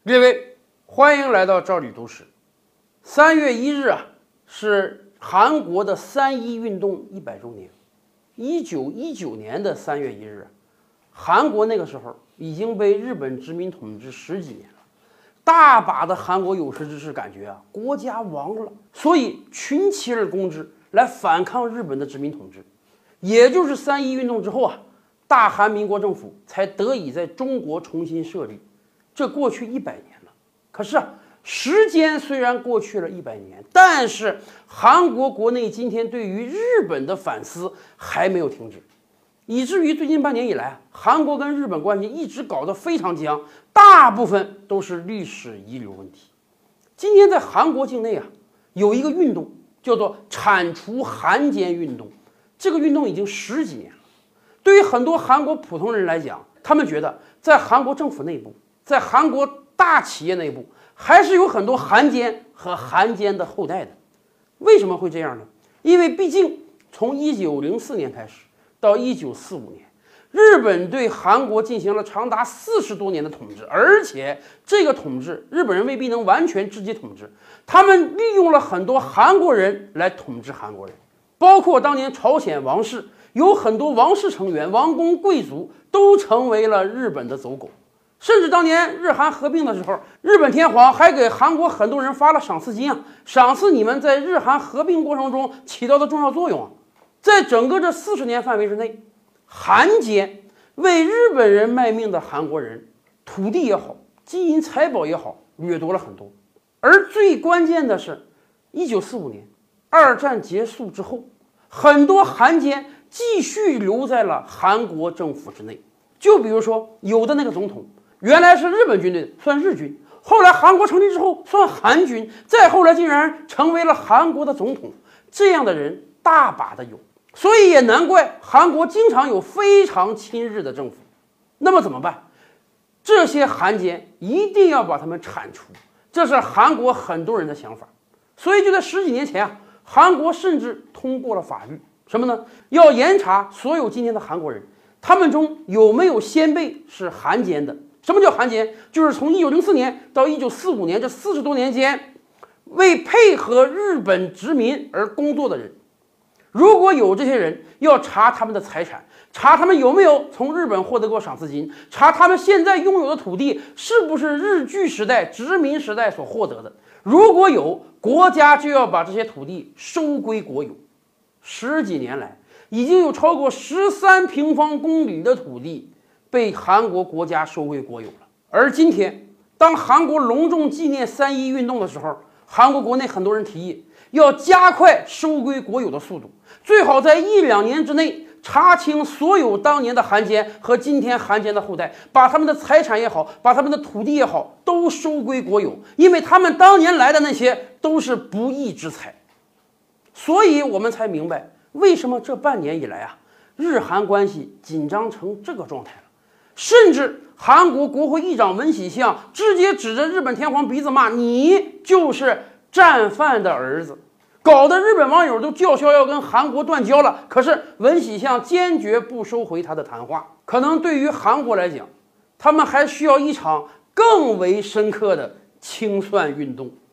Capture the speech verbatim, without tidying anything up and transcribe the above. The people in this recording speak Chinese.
列位，欢迎来到赵李读史。三月一日啊，是韩国的三一运动一百周年。一九一九年的三月一日，韩国那个时候已经被日本殖民统治十几年了，大把的韩国有识之士感觉啊，国家亡了，所以群起而攻之，来反抗日本的殖民统治。也就是三一运动之后啊，大韩民国政府才得以在中国重新设立。这过去一百年了，可是啊，时间虽然过去了一百年，但是韩国国内今天对于日本的反思还没有停止，以至于最近半年以来啊，韩国跟日本关系一直搞得非常僵，大部分都是历史遗留问题。今天在韩国境内啊，有一个运动叫做铲除韩奸运动，这个运动已经十几年了。对于很多韩国普通人来讲，他们觉得在韩国政府内部，在韩国大企业内部，还是有很多韩奸和韩奸的后代的。为什么会这样呢？因为毕竟从一九零四年开始到一九四五年，日本对韩国进行了长达四十多年的统治，而且这个统治日本人未必能完全直接统治，他们利用了很多韩国人来统治韩国人，包括当年朝鲜王室，有很多王室成员、王公贵族都成为了日本的走狗。甚至当年日韩合并的时候，日本天皇还给韩国很多人发了赏赐金啊，赏赐你们在日韩合并过程中起到的重要作用啊。在整个这四十年范围之内，韩奸为日本人卖命的韩国人，土地也好，金银财宝也好，掠夺了很多。而最关键的是，一九四五年二战结束之后，很多韩奸继续留在了韩国政府之内。就比如说，有的那个总统原来是日本军队的，算日军，后来韩国成立之后算韩军，再后来竟然成为了韩国的总统，这样的人大把的有，所以也难怪韩国经常有非常亲日的政府。那么怎么办？这些韩奸一定要把他们铲除，这是韩国很多人的想法。所以就在十几年前啊，韩国甚至通过了法律，什么呢？要严查所有今天的韩国人，他们中有没有先辈是韩奸的。什么叫韩奸？就是从一九零四年到一九四五年这四十多年间，为配合日本殖民而工作的人。如果有这些人，要查他们的财产，查他们有没有从日本获得过赏赐金，查他们现在拥有的土地是不是日据时代、殖民时代所获得的。如果有，国家就要把这些土地收归国有。十几年来，已经有超过十三平方公里的土地被韩国国家收归国有了。而今天，当韩国隆重纪念三一运动的时候，韩国国内很多人提议要加快收归国有的速度，最好在一两年之内查清所有当年的韩奸和今天韩奸的后代，把他们的财产也好，把他们的土地也好，都收归国有，因为他们当年来的那些都是不义之财。所以我们才明白，为什么这半年以来啊，日韩关系紧张成这个状态了？甚至韩国国会议长文喜相直接指着日本天皇鼻子骂：“你就是战犯的儿子！”搞得日本网友都叫嚣要跟韩国断交了。可是文喜相坚决不收回他的谈话。可能对于韩国来讲，他们还需要一场更为深刻的清算运动。